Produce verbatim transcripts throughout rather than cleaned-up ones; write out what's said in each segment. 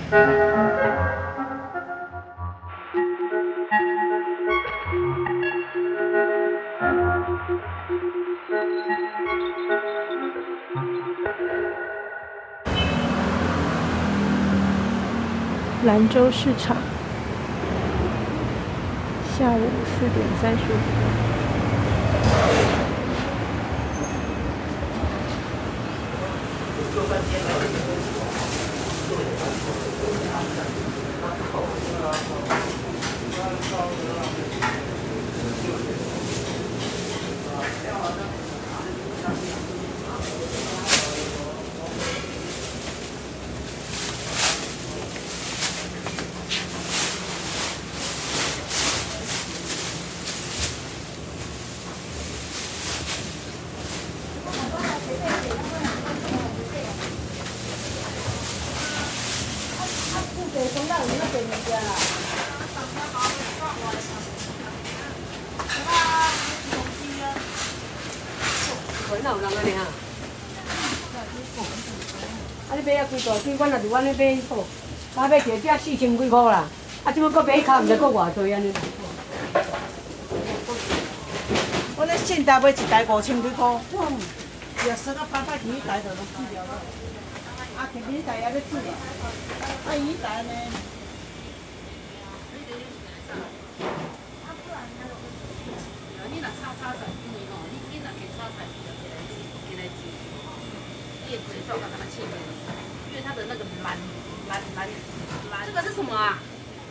兰州市场，下午四点三十五分。 啊！你买啊几大支？阮若伫阮咧买好，我买一只四千几箍啦。啊，即摆搁买一卡，毋知搁偌济安尼。 我咧现台买一台五千几箍，要算到八百几一台就拢去了了。啊，前面一台还要去了，啊，伊台呢？ 你若炒炒菜，因为吼，你你若给炒菜，就给来煮，给来煮，你也不会照到它的切面，因为它的那个蓝蓝蓝蓝，这个是什么啊？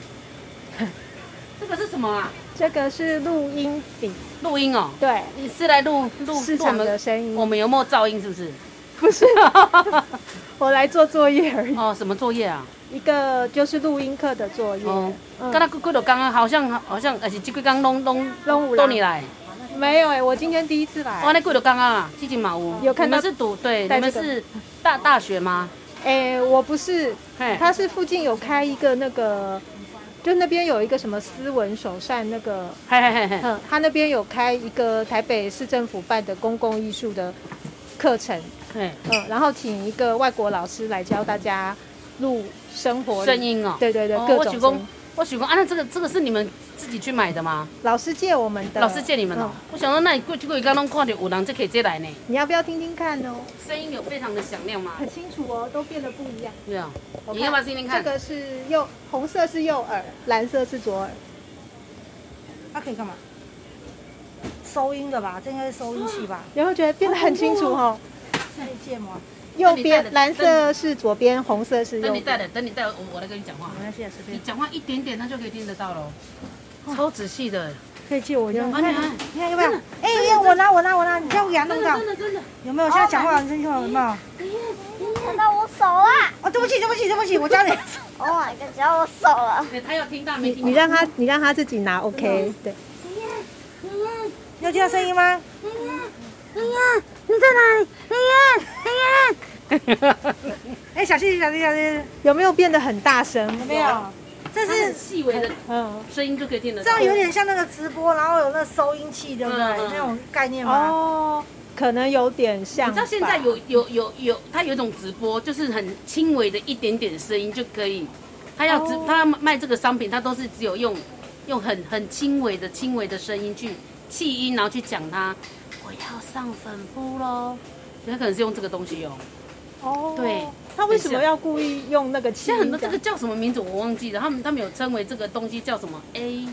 这个是什么啊？ 这个是录音笔， 录音哦。 对， 你是来录录市场的声音。 我们有没有噪音？是不是？ 不是，我来做作业而已。 哦，什么作业啊？ 一个就是录音课的作业。 哦，刚刚几多刚刚好像好像，而且这几刚拢拢拢都你来。 没有哎、欸，我今天第一次来。 哇，那几多刚刚啊？基金马屋。 有看到？ 你们是读对，你们是大大学吗？ 哎、欸，我不是，他是附近有开一个那个。就那边有一个什么斯文首善那个， 嘿嘿嘿嘿， 嗯，他那边有开一个台北市政府办的公共艺术的课程，嗯，然后请一个外国老师来教大家录生活声音哦， 对对对，各种声音。 我许过啊，那这个这个是你们自己去买的吗？ 老师借我们的。 老师借你们的、哦嗯。我想说，那你过去过去刚刚看到有人这可以借来呢。 你要不要听听看哦？ 声音有非常的响亮吗？ 很清楚哦，都变得不一样。 对啊，你要不要听听看？ 这个是右，红色是右耳，蓝色是左耳。 它、啊、可以干嘛？收音的吧，这应该是收音器吧？ 有没有觉得变得很清楚哦？ 可以借吗？ 右边蓝色是左边，红色是右边。 等你带的，等你带我，我来跟你讲话。 没关系，随便。 你讲话一点点，他就可以听得到了，超仔细的。 可以借我用。 你看，你看要不要？哎，我拿，我拿，我拿，你叫我给他弄到。 真的真的。 有没有？现在讲话很清楚，有没有？ 看到我手了。 哦，对不起，对不起，对不起，我教你。 Oh my god，只要我手了。 他要听到没听？ 你让他，你让他自己拿 ，OK？ 对。 有听到声音吗？ 妍妍，妍妍，你在哪里？妍妍，妍妍。 哎，小心小心小心！ 有没有变得很大声？ 有没有？这是细微的嗯声音就可以听得到。 这样有点像那个直播，然后有那收音器，对不对？嗯、那种概念吗？ 哦，可能有点像。 你知道现在有有有有，它有一种直播，就是很轻微的一点点声音就可以。他要直，他、哦、卖这个商品，他都是只有用用很很轻微的轻微的声音去气音，然后去讲它。我要上粉扑喽，他可能是用这个东西哦。 哦， 对， 他为什么要故意用那个气音？ 现在很多这个叫什么名字我忘记了，他们他们有称为这个东西叫什么 A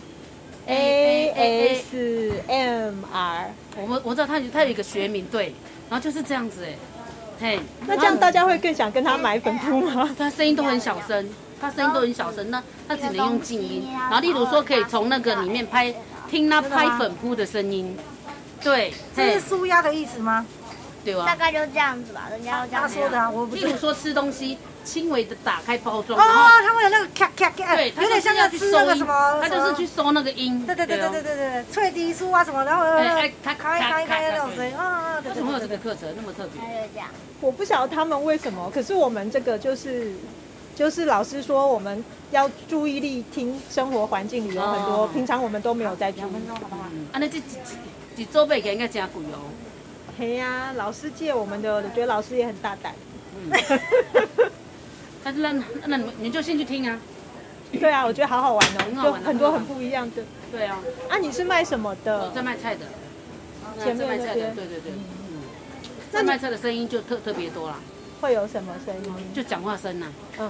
A S M R， 我我知道它它有一个学名，对，然后就是这样子哎，嘿， 那这样大家会更想跟他买粉扑吗？ 他声音都很小声，他声音都很小声，那他只能用静音，然后例如说可以从那个里面拍听他拍粉扑的声音，对， 这是舒压的意思吗？ 对啊， 大概就这样子吧，人家他说的啊，我不例如说吃东西，轻微的打开包装， 哦，他会有那个咔咔咔， 对， 有点像要吃那个什么， 他就是去收那个音， 对对对对对对对，脆笛酥啊什么，然后哎咔咔咔咔那种声音啊， 为什么有这个课程那么特别？ 这样， 我不晓得他们为什么，可是我们这个就是就是老师说我们要注意力听生活环境里有很多，平常我们都没有在注意。 啊，那这一一周买起来应该真贵哦。 嘿呀、啊，老师借我们的，我觉得老师也很大胆。嗯、 但是那那你们你就先去听啊。 对啊，我觉得好好玩哦， 很好玩就很多很不一样的。 对啊。 啊，你是卖什么的？ 我在卖菜的。 前面卖菜的， 那边。 对对对。嗯。在卖菜的声音就特特别多啦。 会有什么声音？ 就讲话声呐。 嗯。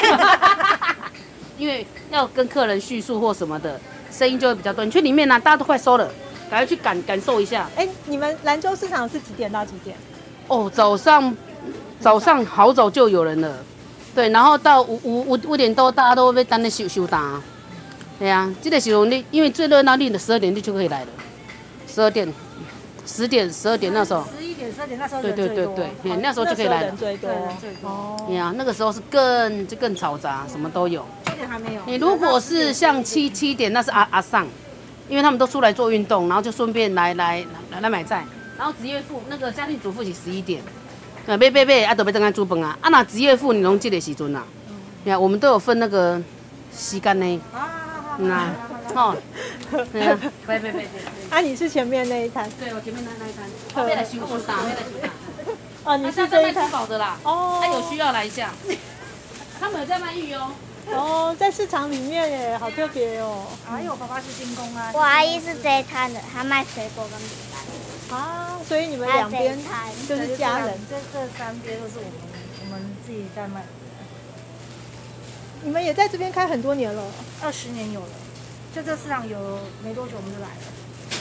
因为要跟客人叙述或什么的，声音就会比较多。你去里面呢、啊，大家都快收了，赶快去感感受一下。 哎，你们兰州市场是几点到几点？ 哦，早上早上好早就有人了，对，然后到五五五五点多，大家都会被单的收收单。对啊，这个时候你因为最热闹，你的十二点你就可以来了，十二点、十点、十二点那时候。 十一点、十二点那时候对人最多。 对对对，哦、那时候就可以来了。 人最多。 对，人最多。 哦。 对啊，那个时候是更就更嘈杂，什么都有。 七点还没有。 你如果是像七七点，那是阿阿上，因为他们都出来做运动，然后就顺便来来来来买菜。然后职业妇那个家庭主妇是十一点，呃，买买买，啊，都要等下煮饭啊。啊，那职业妇你拢这个时阵啊，对啊，我们都有分那个时间呢。嗯啊，哦，对啊，别别别别。 啊，你是前面那一摊？ 对，我前面那那一摊，我要来收收单，我要来收单。 哦，你是这一摊珠宝的啦。哦。他有需要来一下。他们有在卖玉哦。 哦，在市场里面耶，好特别哦。 还有爸爸是金工啊。 我阿姨是这一摊的，她卖水果跟饼干。 啊，所以你们两边就是家人。 这这三边都是我们我们自己在卖。 你们也在这边开很多年了？ 二十年有了，就这市场有没多久我们就来了。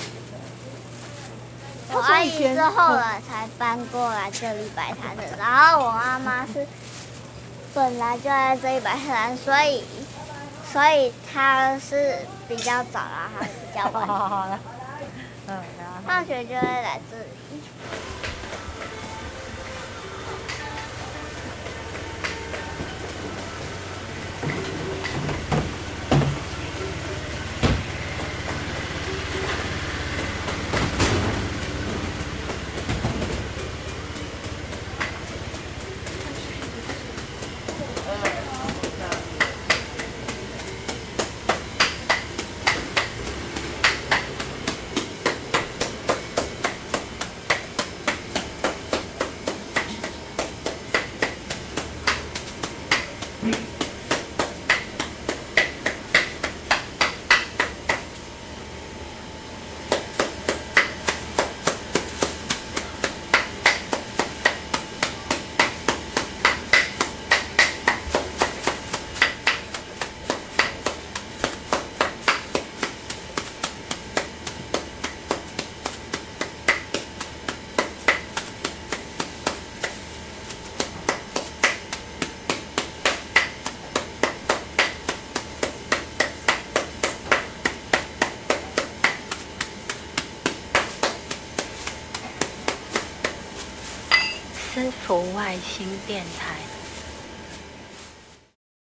我阿姨是后来才搬过来这里摆摊的，然后我妈妈是本来就在这里摆摊，所以所以她是比较早，然后她比较晚。 好好了，嗯， 放学就会来这里。 私服外星电台。